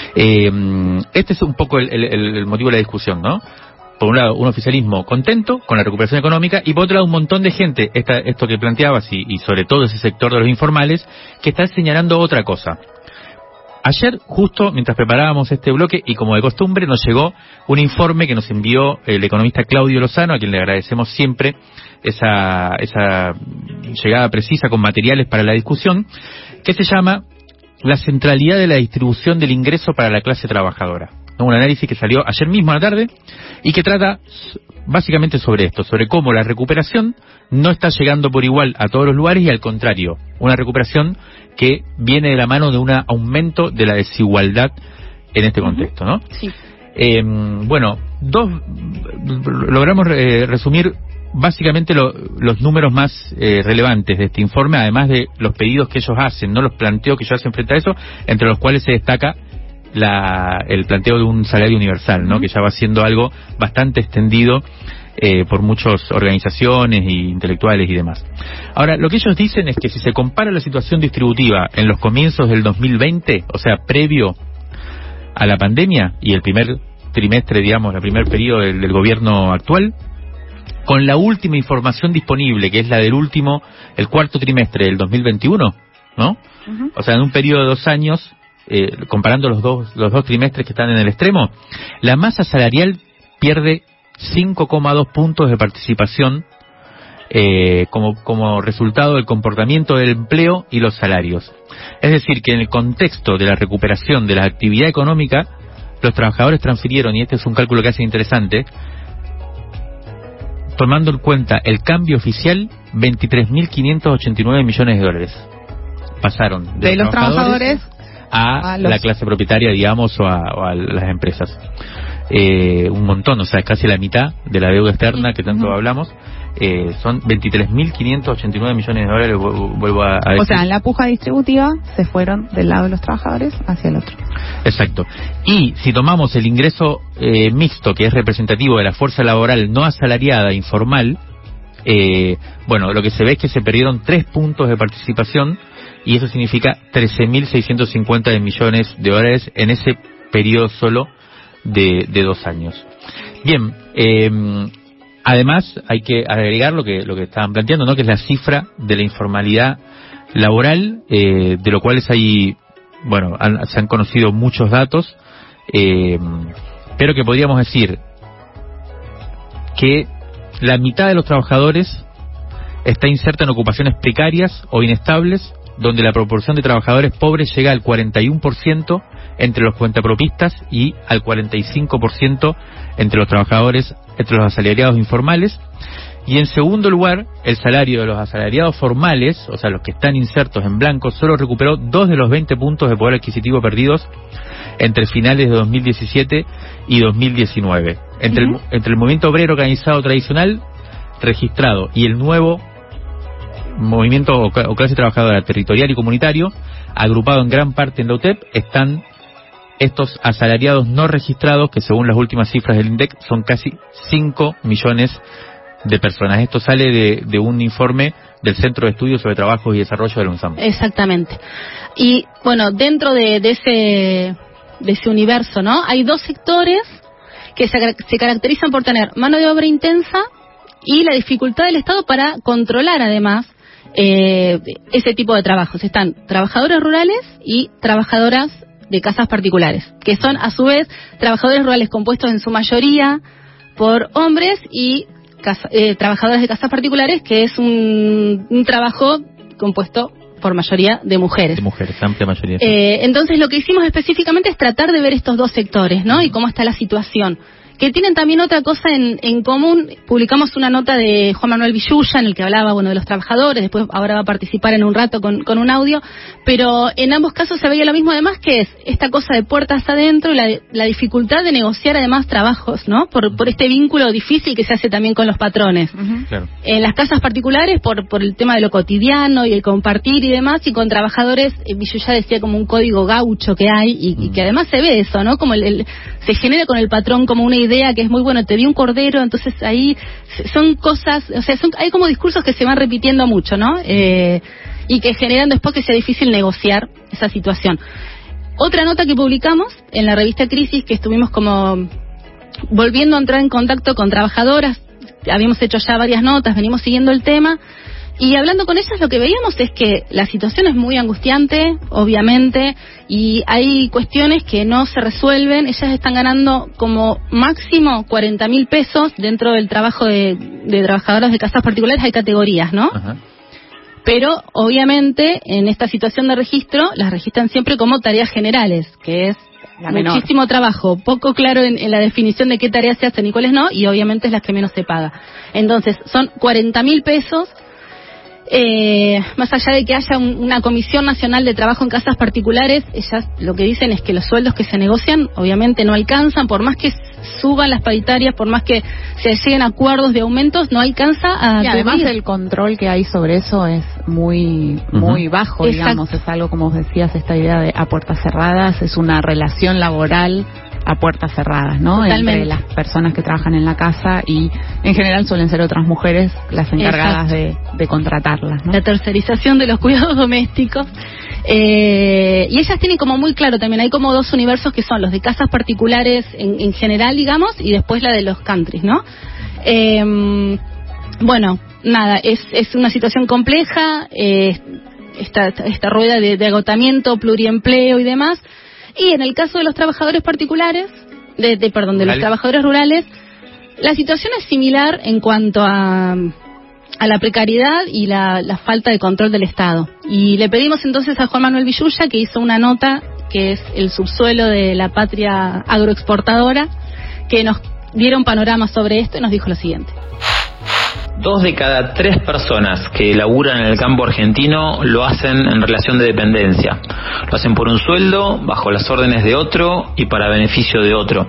Speaker 4: Este es un poco el motivo de la discusión, ¿no? Por un lado, un oficialismo contento con la recuperación económica y por otro lado un montón de gente, esto que planteabas y sobre todo ese sector de los informales, que está señalando otra cosa. Ayer, justo mientras preparábamos este bloque y como de costumbre, nos llegó un informe que nos envió el economista Claudio Lozano, a quien le agradecemos siempre esa llegada precisa con materiales para la discusión, que se llama La centralidad de la distribución del ingreso para la clase trabajadora. Un análisis que salió ayer mismo a la tarde y que trata básicamente sobre esto, sobre cómo la recuperación no está llegando por igual a todos los lugares y al contrario, una recuperación que viene de la mano de un aumento de la desigualdad en este contexto, ¿no?
Speaker 3: Sí.
Speaker 4: Bueno, logramos resumir básicamente los números más relevantes de este informe, además de los pedidos que ellos hacen, no los planteos que ellos hacen frente a eso, entre los cuales se destaca el planteo de un salario universal, ¿no? Que ya va siendo algo bastante extendido por muchas organizaciones e intelectuales y demás. Ahora, lo que ellos dicen es que si se compara la situación distributiva en los comienzos del 2020, o sea, previo a la pandemia y el primer trimestre, digamos, el primer periodo del gobierno actual, con la última información disponible, que es la del el cuarto trimestre del 2021, ¿no? Uh-huh. O sea, en un periodo de 2 años, comparando los dos trimestres que están en el extremo, la masa salarial pierde 5,2 puntos de participación como resultado del comportamiento del empleo y los salarios. Es decir, que en el contexto de la recuperación de la actividad económica, los trabajadores transfirieron, y este es un cálculo que hace interesante, tomando en cuenta el cambio oficial, 23.589 millones de dólares. Pasaron de los trabajadores a la clase propietaria, digamos, o a las empresas. Un montón, o sea, es casi la mitad de la deuda externa que tanto hablamos. Son 23.589 millones de dólares, vuelvo a decir.
Speaker 2: O sea, en la puja distributiva se fueron del lado de los trabajadores hacia el otro.
Speaker 4: Exacto. Y si tomamos el ingreso mixto, que es representativo de la fuerza laboral no asalariada, informal, bueno, lo que se ve es que se perdieron 3 puntos de participación, y eso significa 13.650 millones de dólares en ese periodo solo de 2 años. Bien, además hay que agregar lo que estaban planteando, ¿no? Que es la cifra de la informalidad laboral, de lo cual hay, bueno, se han conocido muchos datos, pero que podríamos decir que la mitad de los trabajadores está inserta en ocupaciones precarias o inestables, donde la proporción de trabajadores pobres llega al 41% entre los cuentapropistas y al 45% entre los trabajadores, entre los asalariados informales. Y en segundo lugar, el salario de los asalariados formales, o sea, los que están insertos en blanco, solo recuperó 2 de los 20 puntos de poder adquisitivo perdidos entre finales de 2017 y 2019. Entre el movimiento obrero organizado tradicional registrado y el nuevo movimiento o clase trabajadora territorial y comunitario, agrupado en gran parte en la UTEP, están estos asalariados no registrados, que según las últimas cifras del INDEC son casi 5 millones de personas. Esto sale de un informe del Centro de Estudios sobre Trabajos y Desarrollo de la UNSAM.
Speaker 3: Exactamente. Y bueno, dentro de ese universo, ¿no? Hay 2 sectores que se caracterizan por tener mano de obra intensa y la dificultad del Estado para controlar además ese tipo de trabajos. Están trabajadores rurales y trabajadoras de casas particulares, que son a su vez trabajadores rurales compuestos en su mayoría por hombres y trabajadoras de casas particulares, que es un trabajo compuesto por mayoría de mujeres.
Speaker 4: De mujeres, amplia mayoría.
Speaker 3: Entonces lo que hicimos específicamente es tratar de ver estos 2 sectores, ¿no? Y cómo está la situación. Que tienen también otra cosa en común. Publicamos una nota de Juan Manuel Villuya en el que hablaba, bueno, de los trabajadores. Después ahora va a participar en un rato con un audio, pero en ambos casos se veía lo mismo, además, que es esta cosa de puertas adentro y la dificultad de negociar además trabajos, ¿no? Por este vínculo difícil que se hace también con los patrones.
Speaker 4: Claro.
Speaker 3: En las casas particulares por el tema de lo cotidiano y el compartir y demás, y con trabajadores, Villuya decía como un código gaucho que hay y que además se ve eso, ¿no? Como se genera con el patrón como una idea que es muy bueno, te di un cordero, entonces ahí son cosas, o sea, hay como discursos que se van repitiendo mucho, ¿no? Y que generan después que sea difícil negociar esa situación. Otra nota que publicamos en la revista Crisis, que estuvimos como volviendo a entrar en contacto con trabajadoras, habíamos hecho ya varias notas, venimos siguiendo el tema, y hablando con ellas lo que veíamos es que la situación es muy angustiante, obviamente, y hay cuestiones que no se resuelven. Ellas están ganando como máximo 40.000 pesos dentro del trabajo de trabajadoras de casas particulares. Hay categorías, ¿no? Ajá. Pero obviamente en esta situación de registro las registran siempre como tareas generales, que es muchísimo trabajo, poco claro en la definición de qué tareas se hacen y cuáles no, y obviamente es las que menos se paga. Entonces son 40.000 pesos. Más allá de que haya una Comisión Nacional de Trabajo en Casas Particulares, ellas lo que dicen es que los sueldos que se negocian obviamente no alcanzan, por más que suban las paritarias, por más que se lleguen a acuerdos de aumentos, no alcanza a...
Speaker 2: Y además
Speaker 3: cubrir.
Speaker 2: el control que hay sobre eso es muy bajo, digamos. Es algo, como vos decías, esta idea de a puertas cerradas, es una relación laboral a puertas cerradas, ¿no?
Speaker 3: Totalmente.
Speaker 2: Entre las personas que trabajan en la casa y en general suelen ser otras mujeres las encargadas de contratarlas, ¿no?
Speaker 3: La tercerización de los cuidados domésticos. Y ellas tienen como muy claro también, hay como dos universos que son los de casas particulares en general, digamos, y después la de los countries, ¿no? Bueno, nada, es una situación compleja, esta rueda de agotamiento, pluriempleo y demás. Y en el caso de los trabajadores particulares, de los trabajadores rurales, la situación es similar en cuanto a la precariedad y la falta de control del Estado. Y le pedimos entonces a Juan Manuel Villuya, que hizo una nota, que es el subsuelo de la patria agroexportadora, que nos diera un panorama sobre esto y nos dijo lo siguiente.
Speaker 8: 2 de cada 3 personas que laburan en el campo argentino lo hacen en relación de dependencia. Lo hacen por un sueldo, bajo las órdenes de otro y para beneficio de otro.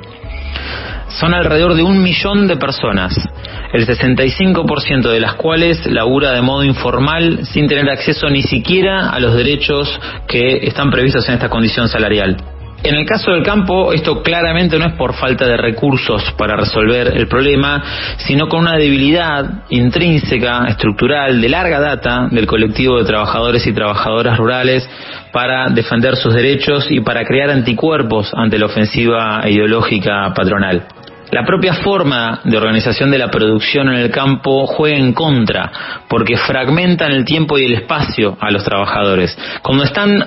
Speaker 8: Son alrededor de 1 millón de personas, el 65% de las cuales labura de modo informal sin tener acceso ni siquiera a los derechos que están previstos en esta condición salarial. En el caso del campo, esto claramente no es por falta de recursos para resolver el problema, sino con una debilidad intrínseca, estructural, de larga data del colectivo de trabajadores y trabajadoras rurales para defender sus derechos y para crear anticuerpos ante la ofensiva ideológica patronal. La propia forma de organización de la producción en el campo juega en contra, porque fragmentan el tiempo y el espacio a los trabajadores. Cuando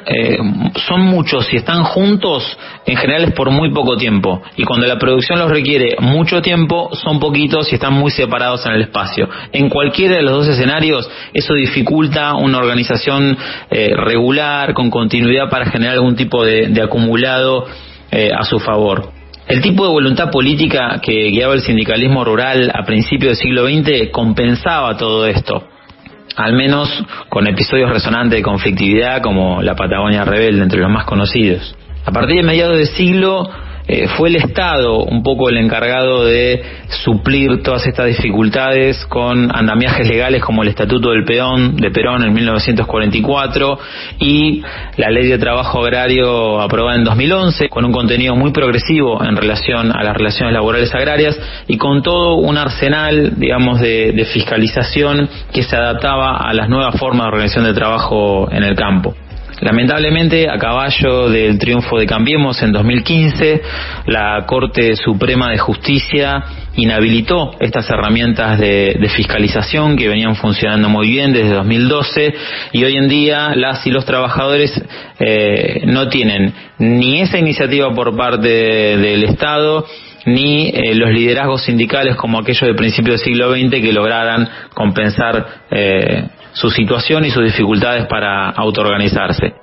Speaker 8: son muchos y están juntos, en general es por muy poco tiempo. Y cuando la producción los requiere mucho tiempo, son poquitos y están muy separados en el espacio. En cualquiera de los dos escenarios, eso dificulta una organización regular, con continuidad para generar algún tipo de acumulado a su favor. El tipo de voluntad política que guiaba el sindicalismo rural a principios del siglo XX compensaba todo esto, al menos con episodios resonantes de conflictividad como la Patagonia Rebelde, entre los más conocidos. A partir de mediados del siglo fue el Estado un poco el encargado de suplir todas estas dificultades con andamiajes legales como el Estatuto de Perón en 1944 y la Ley de Trabajo Agrario aprobada en 2011 con un contenido muy progresivo en relación a las relaciones laborales agrarias y con todo un arsenal, digamos, de fiscalización que se adaptaba a las nuevas formas de organización de trabajo en el campo. Lamentablemente, a caballo del triunfo de Cambiemos en 2015, la Corte Suprema de Justicia inhabilitó estas herramientas de fiscalización que venían funcionando muy bien desde 2012 y hoy en día las y los trabajadores no tienen ni esa iniciativa por parte del Estado ni los liderazgos sindicales como aquellos de principios del siglo XX que lograran compensar su situación y sus dificultades para autoorganizarse.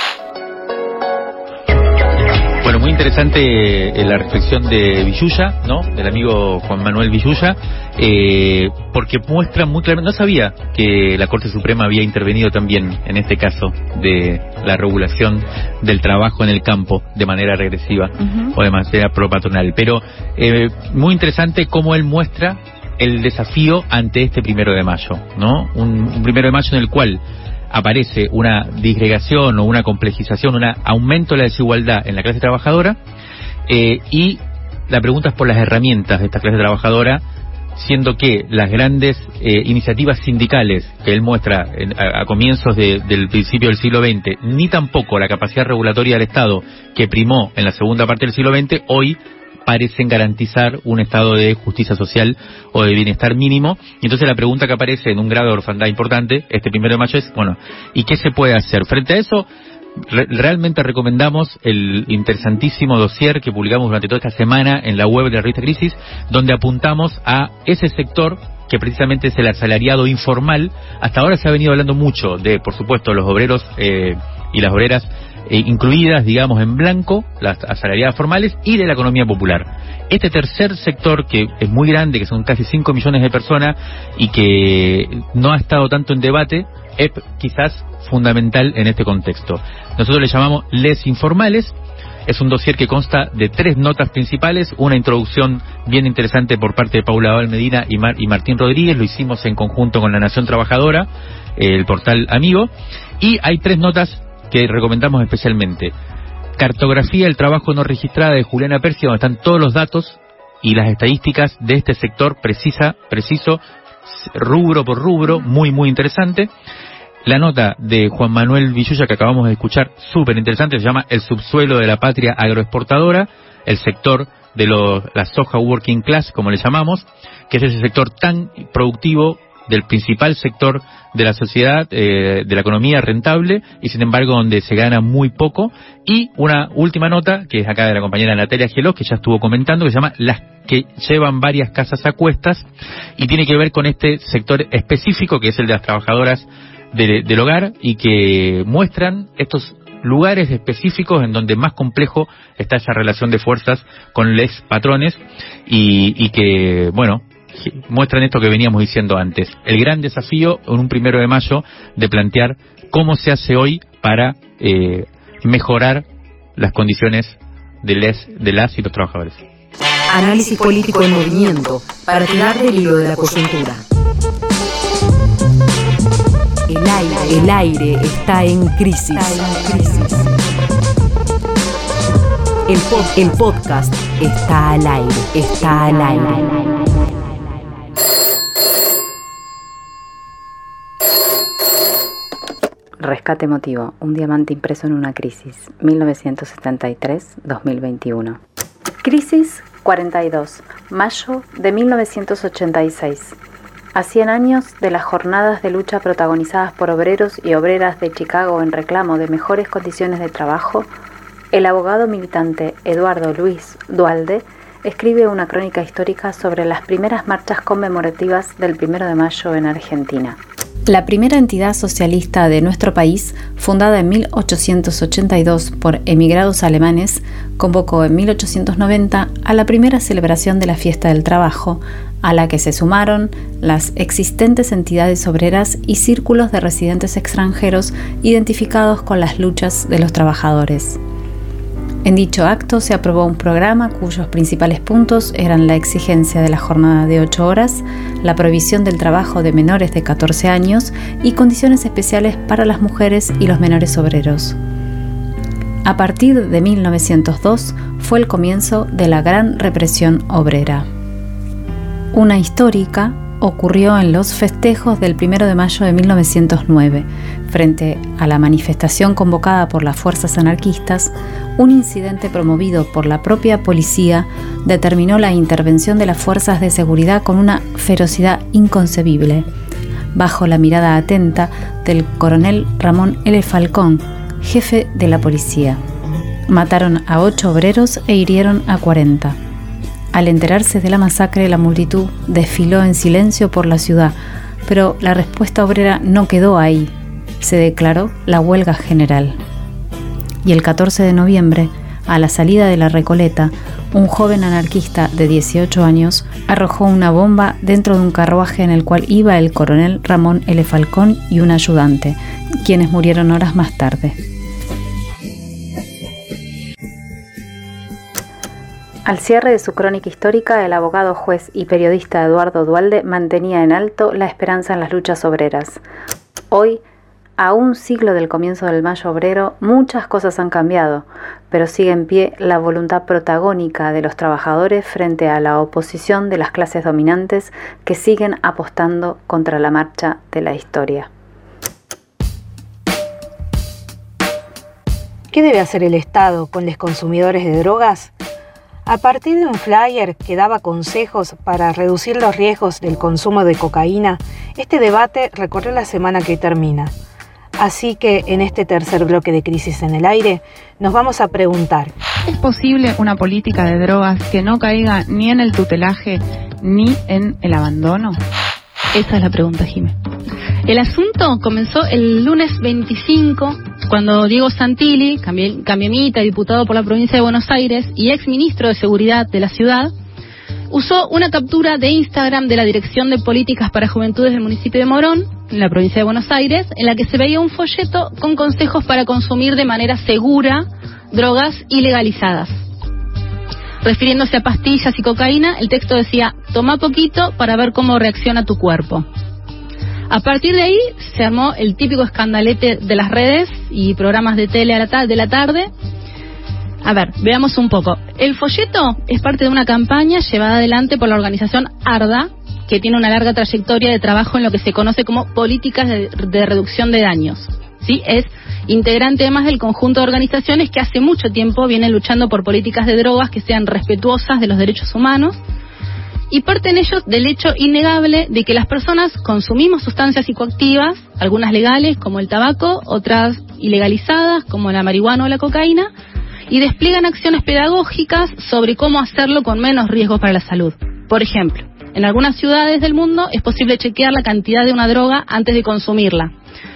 Speaker 4: Bueno, muy interesante la reflexión de Villuya, ¿no? Del amigo Juan Manuel Villuya, porque muestra muy claramente, no sabía que la Corte Suprema había intervenido también en este caso de la regulación del trabajo en el campo de manera regresiva o de manera propatronal, pero muy interesante cómo él muestra el desafío ante este 1 de mayo, ¿no? Un 1 de mayo en el cual aparece una disgregación o una complejización, un aumento de la desigualdad en la clase trabajadora, y la pregunta es por las herramientas de esta clase trabajadora, siendo que las grandes iniciativas sindicales que él muestra a comienzos del principio del siglo XX, ni tampoco la capacidad regulatoria del Estado que primó en la segunda parte del siglo XX, hoy parecen garantizar un estado de justicia social o de bienestar mínimo. Y entonces la pregunta que aparece en un grado de orfandad importante este 1 de mayo es, bueno, ¿y qué se puede hacer? Frente a eso, realmente recomendamos el interesantísimo dossier que publicamos durante toda esta semana en la web de la revista Crisis, donde apuntamos a ese sector que precisamente es el asalariado informal. Hasta ahora se ha venido hablando mucho de, por supuesto, los obreros y las obreras incluidas, digamos, en blanco, las asalariadas formales, y de la economía popular. Este tercer sector, que es muy grande, que son casi 5 millones de personas y que no ha estado tanto en debate, es quizás fundamental en este contexto. Nosotros le llamamos les informales, Es un dossier que consta de 3 notas principales, una introducción bien interesante por parte de Paula Abal Medina y Martín Rodríguez, lo hicimos en conjunto con La Nación Trabajadora, el portal Amigo, y hay 3 notas que recomendamos especialmente. Cartografía del trabajo no registrada de Juliana Persia, donde están todos los datos y las estadísticas de este sector preciso, rubro por rubro, muy muy interesante. La nota de Juan Manuel Villuya que acabamos de escuchar, súper interesante, se llama El subsuelo de la patria agroexportadora, el sector de la soja working class, como le llamamos, que es ese sector tan productivo del principal sector de la sociedad, de la economía rentable, y sin embargo donde se gana muy poco. Y una última nota, que es acá de la compañera Natalia Gelós, que ya estuvo comentando, que se llama Las que llevan varias casas a cuestas, y tiene que ver con este sector específico, que es el de las trabajadoras del hogar, y que muestran estos lugares específicos en donde más complejo está esa relación de fuerzas con les patrones, y que, bueno, muestran esto que veníamos diciendo antes, el gran desafío en un 1 de mayo de plantear cómo se hace hoy para mejorar las condiciones de las y los trabajadores.
Speaker 7: Análisis político en movimiento para tirar del hilo de la coyuntura. El aire está en crisis. El podcast está al aire.
Speaker 9: Rescate emotivo, un diamante impreso en una crisis, 1973-2021. Crisis 42, mayo de 1986. A 100 años de las jornadas de lucha protagonizadas por obreros y obreras de Chicago en reclamo de mejores condiciones de trabajo, el abogado militante Eduardo Luis Duhalde escribe una crónica histórica sobre las primeras marchas conmemorativas del 1 de mayo en Argentina. La primera entidad socialista de nuestro país, fundada en 1882 por emigrados alemanes, convocó en 1890 a la primera celebración de la Fiesta del Trabajo, a la que se sumaron las existentes entidades obreras y círculos de residentes extranjeros identificados con las luchas de los trabajadores. En dicho acto se aprobó un programa cuyos principales puntos eran la exigencia de la jornada de 8 horas, la prohibición del trabajo de menores de 14 años y condiciones especiales para las mujeres y los menores obreros. A partir de 1902 fue el comienzo de la gran represión obrera. Una histórica ocurrió en los festejos del 1 de mayo de 1909. Frente a la manifestación convocada por las fuerzas anarquistas, un incidente promovido por la propia policía determinó la intervención de las fuerzas de seguridad con una ferocidad inconcebible, bajo la mirada atenta del coronel Ramón L. Falcón, jefe de la policía. Mataron a 8 obreros e hirieron a 40. Al enterarse de la masacre, la multitud desfiló en silencio por la ciudad, pero la respuesta obrera no quedó ahí. Se declaró la huelga general. Y el 14 de noviembre, a la salida de la Recoleta, un joven anarquista de 18 años arrojó una bomba dentro de un carruaje en el cual iba el coronel Ramón L. Falcón y un ayudante, quienes murieron horas más tarde. Al cierre de su crónica histórica, el abogado, juez y periodista Eduardo Duhalde mantenía en alto la esperanza en las luchas obreras. Hoy, a un siglo del comienzo del Mayo Obrero, muchas cosas han cambiado, pero sigue en pie la voluntad protagónica de los trabajadores frente a la oposición de las clases dominantes que siguen apostando contra la marcha de la historia.
Speaker 1: ¿Qué debe hacer el Estado con los consumidores de drogas? A partir de un flyer que daba consejos para reducir los riesgos del consumo de cocaína, este debate recorrió la semana que termina. Así que en este tercer bloque de Crisis en el Aire nos vamos a preguntar:
Speaker 2: ¿es posible una política de drogas que no caiga ni en el tutelaje ni en el abandono?
Speaker 3: Esa es la pregunta, Jimé. El asunto comenzó el lunes 25, cuando Diego Santilli, cambiemita, diputado por la provincia de Buenos Aires y ex ministro de Seguridad de la ciudad, usó una captura de Instagram de la Dirección de Políticas para Juventudes del municipio de Morón, en la provincia de Buenos Aires, en la que se veía un folleto con consejos para consumir de manera segura drogas ilegalizadas. Refiriéndose a pastillas y cocaína, el texto decía: toma poquito para ver cómo reacciona tu cuerpo. A partir de ahí se armó el típico escandalete de las redes y programas de tele de la tarde. A ver, veamos un poco. El folleto es parte de una campaña llevada adelante por la organización ARDA, que tiene una larga trayectoria de trabajo en lo que se conoce como políticas de reducción de daños. ¿Sí? Es integrante además del conjunto de organizaciones que hace mucho tiempo vienen luchando por políticas de drogas que sean respetuosas de los derechos humanos, y parten ellos del hecho innegable de que las personas consumimos sustancias psicoactivas, algunas legales como el tabaco, otras ilegalizadas como la marihuana o la cocaína, y despliegan acciones pedagógicas sobre cómo hacerlo con menos riesgos para la salud. Por ejemplo, en algunas ciudades del mundo es posible chequear la cantidad de una droga antes de consumirla.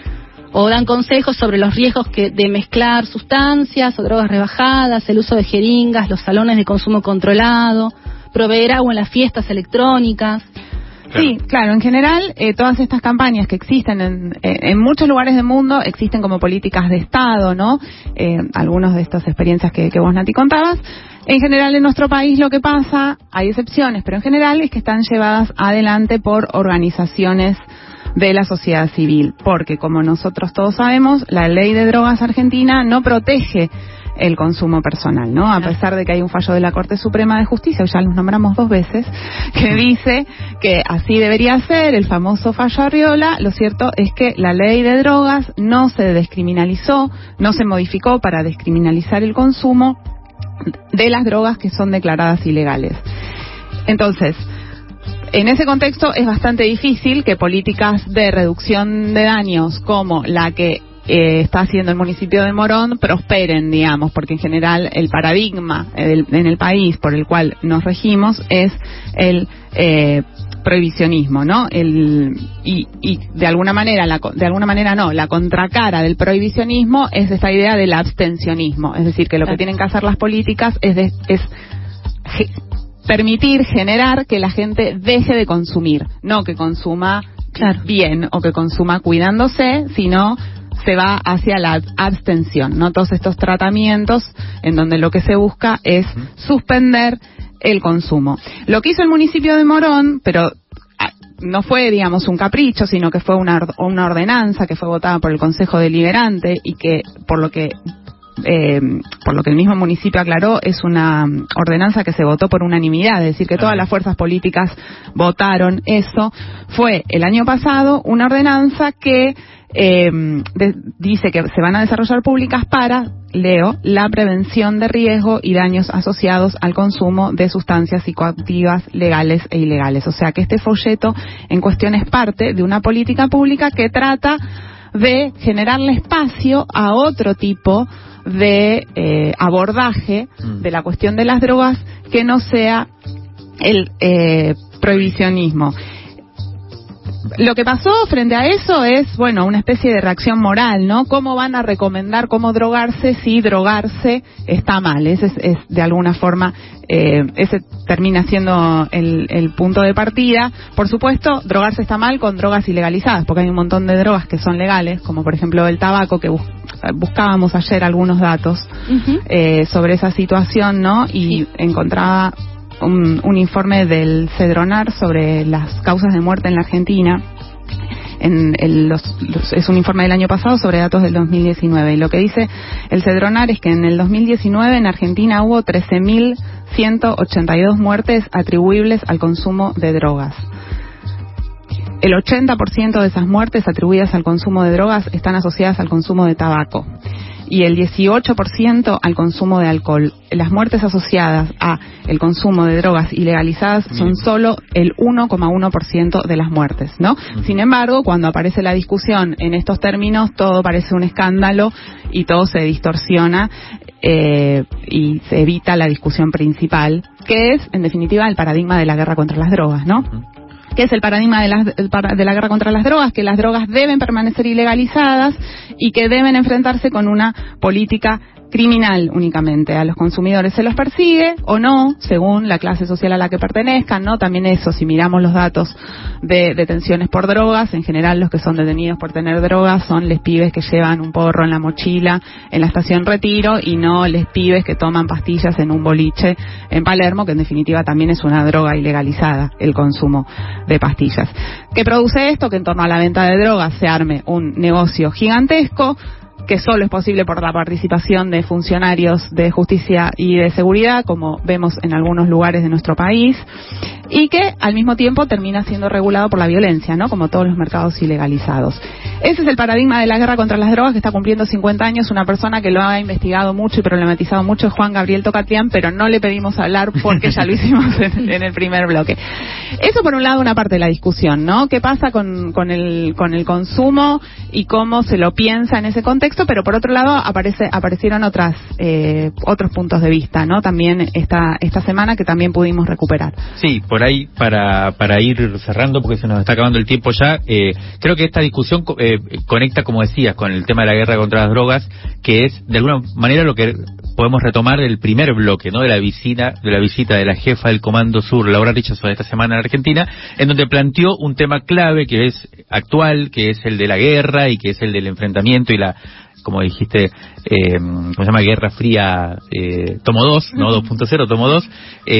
Speaker 3: O dan consejos sobre los riesgos de mezclar sustancias o drogas rebajadas, el uso de jeringas, los salones de consumo controlado, proveer agua en las fiestas electrónicas.
Speaker 2: Sí, claro, en general todas estas campañas que existen en muchos lugares del mundo existen como políticas de Estado, ¿no? Algunas de estas experiencias que vos, Nati, contabas. En general en nuestro país lo que pasa, hay excepciones, pero en general es que están llevadas adelante por organizaciones de la sociedad civil, porque como nosotros todos sabemos, la ley de drogas argentina no protege el consumo personal, ¿no? A pesar de que hay un fallo de la Corte Suprema de Justicia, ya los nombramos 2 veces, que dice que así debería ser, el famoso fallo Arriola. Lo cierto es que la ley de drogas no se descriminalizó, no se modificó para descriminalizar el consumo de las drogas que son declaradas ilegales. Entonces, en ese contexto es bastante difícil que políticas de reducción de daños como la que está haciendo el municipio de Morón prosperen, digamos, porque en general el paradigma en el país por el cual nos regimos es el prohibicionismo, ¿no? Y de alguna manera la contracara del prohibicionismo es esta idea del abstencionismo, es decir, que lo que tienen que hacer las políticas es permitir, generar que la gente deje de consumir, no que consuma bien o que consuma cuidándose, sino se va hacia la abstención, ¿no? Todos estos tratamientos en donde lo que se busca es suspender el consumo. Lo que hizo el municipio de Morón, pero no fue, digamos, un capricho, sino que fue una ordenanza que fue votada por el Consejo Deliberante y que, por lo que el mismo municipio aclaró, es una ordenanza que se votó por unanimidad, es decir, que todas las fuerzas políticas votaron eso. Fue el año pasado una ordenanza que dice que se van a desarrollar públicas para, la prevención de riesgo y daños asociados al consumo de sustancias psicoactivas legales e ilegales. O sea que este folleto en cuestión es parte de una política pública que trata de generarle espacio a otro tipo de abordaje de la cuestión de las drogas que no sea el prohibicionismo. Lo que pasó frente a eso es, bueno, una especie de reacción moral, ¿no? ¿Cómo van a recomendar cómo drogarse si drogarse está mal? Ese es de alguna forma, ese termina siendo el punto de partida. Por supuesto, drogarse está mal con drogas ilegalizadas, porque hay un montón de drogas que son legales, como por ejemplo el tabaco, que buscábamos ayer algunos datos sobre esa situación, ¿no? Y encontraba un informe del Cedronar sobre las causas de muerte en la Argentina. Es un informe del año pasado sobre datos del 2019, y lo que dice el Cedronar es que en el 2019 en Argentina hubo 13.182 muertes atribuibles al consumo de drogas. El 80% de esas muertes atribuidas al consumo de drogas están asociadas al consumo de tabaco y el 18% al consumo de alcohol. Las muertes asociadas a el consumo de drogas ilegalizadas son solo el 1,1% de las muertes, ¿no? Sin embargo, cuando aparece la discusión en estos términos, todo parece un escándalo y todo se distorsiona y se evita la discusión principal, que es, en definitiva, el paradigma de la guerra contra las drogas, ¿no? ¿Qué es el paradigma de la guerra contra las drogas? Que las drogas deben permanecer ilegalizadas y que deben enfrentarse con una política criminal únicamente. A los consumidores se los persigue o no, según la clase social a la que pertenezcan, ¿no? También eso, si miramos los datos de detenciones por drogas, en general los que son detenidos por tener drogas son les pibes que llevan un porro en la mochila en la estación Retiro y no les pibes que toman pastillas en un boliche en Palermo, que en definitiva también es una droga ilegalizada, el consumo de pastillas. ¿Qué produce esto? Que en torno a la venta de drogas se arme un negocio gigantesco, que solo es posible por la participación de funcionarios de justicia y de seguridad, como vemos en algunos lugares de nuestro país, y que al mismo tiempo termina siendo regulado por la violencia, ¿no? Como todos los mercados ilegalizados. Ese es el paradigma de la guerra contra las drogas, que está cumpliendo 50 años. Una persona que lo ha investigado mucho y problematizado mucho es Juan Gabriel Tocatián, pero no le pedimos hablar porque ya lo hicimos en el primer bloque. Eso por un lado, una parte de la discusión, ¿no? ¿Qué pasa con el consumo y cómo se lo piensa en ese contexto? Pero por otro lado aparecieron otros puntos de vista, ¿no? También esta semana que también pudimos recuperar.
Speaker 4: Sí, por ahí para ir cerrando, porque se nos está acabando el tiempo ya, creo que esta discusión conecta, como decías, con el tema de la guerra contra las drogas, que es de alguna manera lo que podemos retomar del primer bloque, ¿no? De la visita de la jefa del Comando Sur, Laura Richardson, esta semana en Argentina, en donde planteó un tema clave que es actual, que es el de la guerra y que es el del enfrentamiento y la, como dijiste, ¿cómo se llama? Guerra Fría, tomo 2, ¿no? 2.0, tomo 2,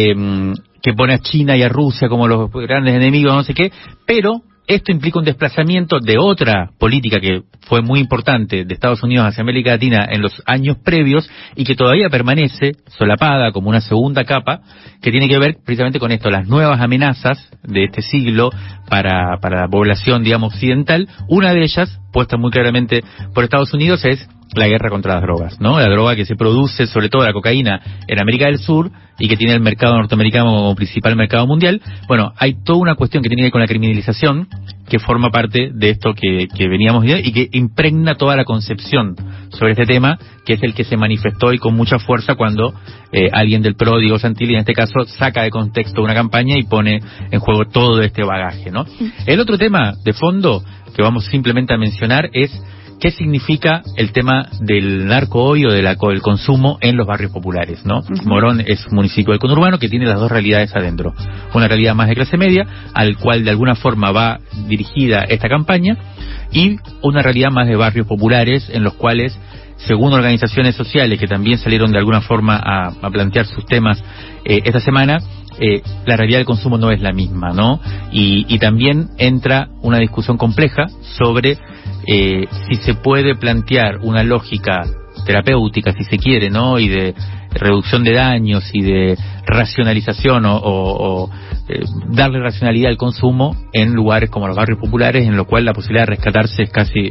Speaker 4: que pone a China y a Rusia como los grandes enemigos, no sé qué, pero esto implica un desplazamiento de otra política que fue muy importante de Estados Unidos hacia América Latina en los años previos y que todavía permanece solapada como una segunda capa que tiene que ver precisamente con esto, las nuevas amenazas de este siglo para la población, digamos, occidental. Una de ellas, puesta muy claramente por Estados Unidos, es la guerra contra las drogas, ¿no? La droga que se produce, sobre todo la cocaína, en América del Sur y que tiene el mercado norteamericano como principal mercado mundial. Bueno, hay toda una cuestión que tiene que ver con la criminalización que forma parte de esto que veníamos viendo y que impregna toda la concepción sobre este tema, que es el que se manifestó y con mucha fuerza cuando alguien del PRO, Diego Santilli, en este caso, saca de contexto una campaña y pone en juego todo este bagaje, ¿no? El otro tema de fondo que vamos simplemente a mencionar es ¿qué significa el tema del narco hoy o del consumo en los barrios populares, ¿no? Morón es un municipio del conurbano que tiene las dos realidades adentro. Una realidad más de clase media, al cual de alguna forma va dirigida esta campaña, y una realidad más de barrios populares en los cuales, según organizaciones sociales que también salieron de alguna forma a plantear sus temas esta semana, la realidad del consumo no es la misma, ¿no? Y también entra una discusión compleja sobre si se puede plantear una lógica terapéutica, si se quiere, ¿no? Y de reducción de daños y de racionalización o darle racionalidad al consumo en lugares como los barrios populares, en lo cual la posibilidad de rescatarse es casi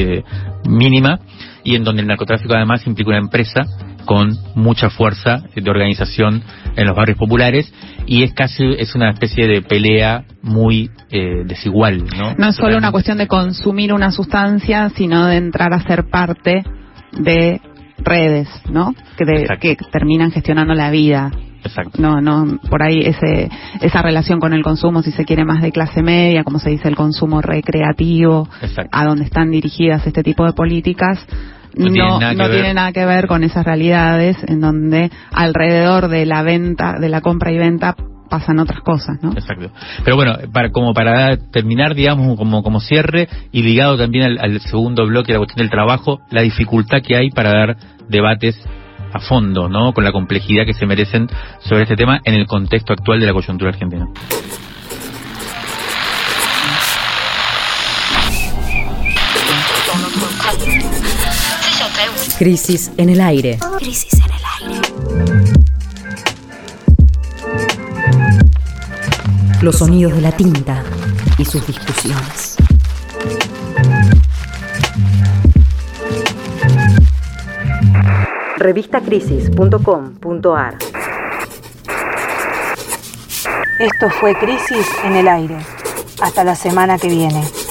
Speaker 4: mínima, y en donde el narcotráfico además implica una empresa con mucha fuerza de organización en los barrios populares, y es una especie de pelea muy desigual, ¿no? No es solo una cuestión de consumir una sustancia, sino de entrar a ser parte de redes, ¿no? Que terminan gestionando la vida. Exacto. No, por ahí esa relación con el consumo, si se quiere, más de clase media, como se dice, el consumo recreativo, a donde están dirigidas este tipo de políticas, no tiene nada que ver con esas realidades en donde alrededor de la venta, de la compra y venta, pasan otras cosas, ¿no? Exacto. Pero bueno, para terminar, digamos, como cierre, y ligado también al segundo bloque, la cuestión del trabajo, la dificultad que hay para dar debates a fondo, ¿no? Con la complejidad que se merecen sobre este tema en el contexto actual de la coyuntura argentina.
Speaker 7: Crisis en el aire. Crisis en el aire. Los sonidos de la tinta y sus discusiones. Revistacrisis.com.ar.
Speaker 1: Esto fue Crisis en el aire. Hasta la semana que viene.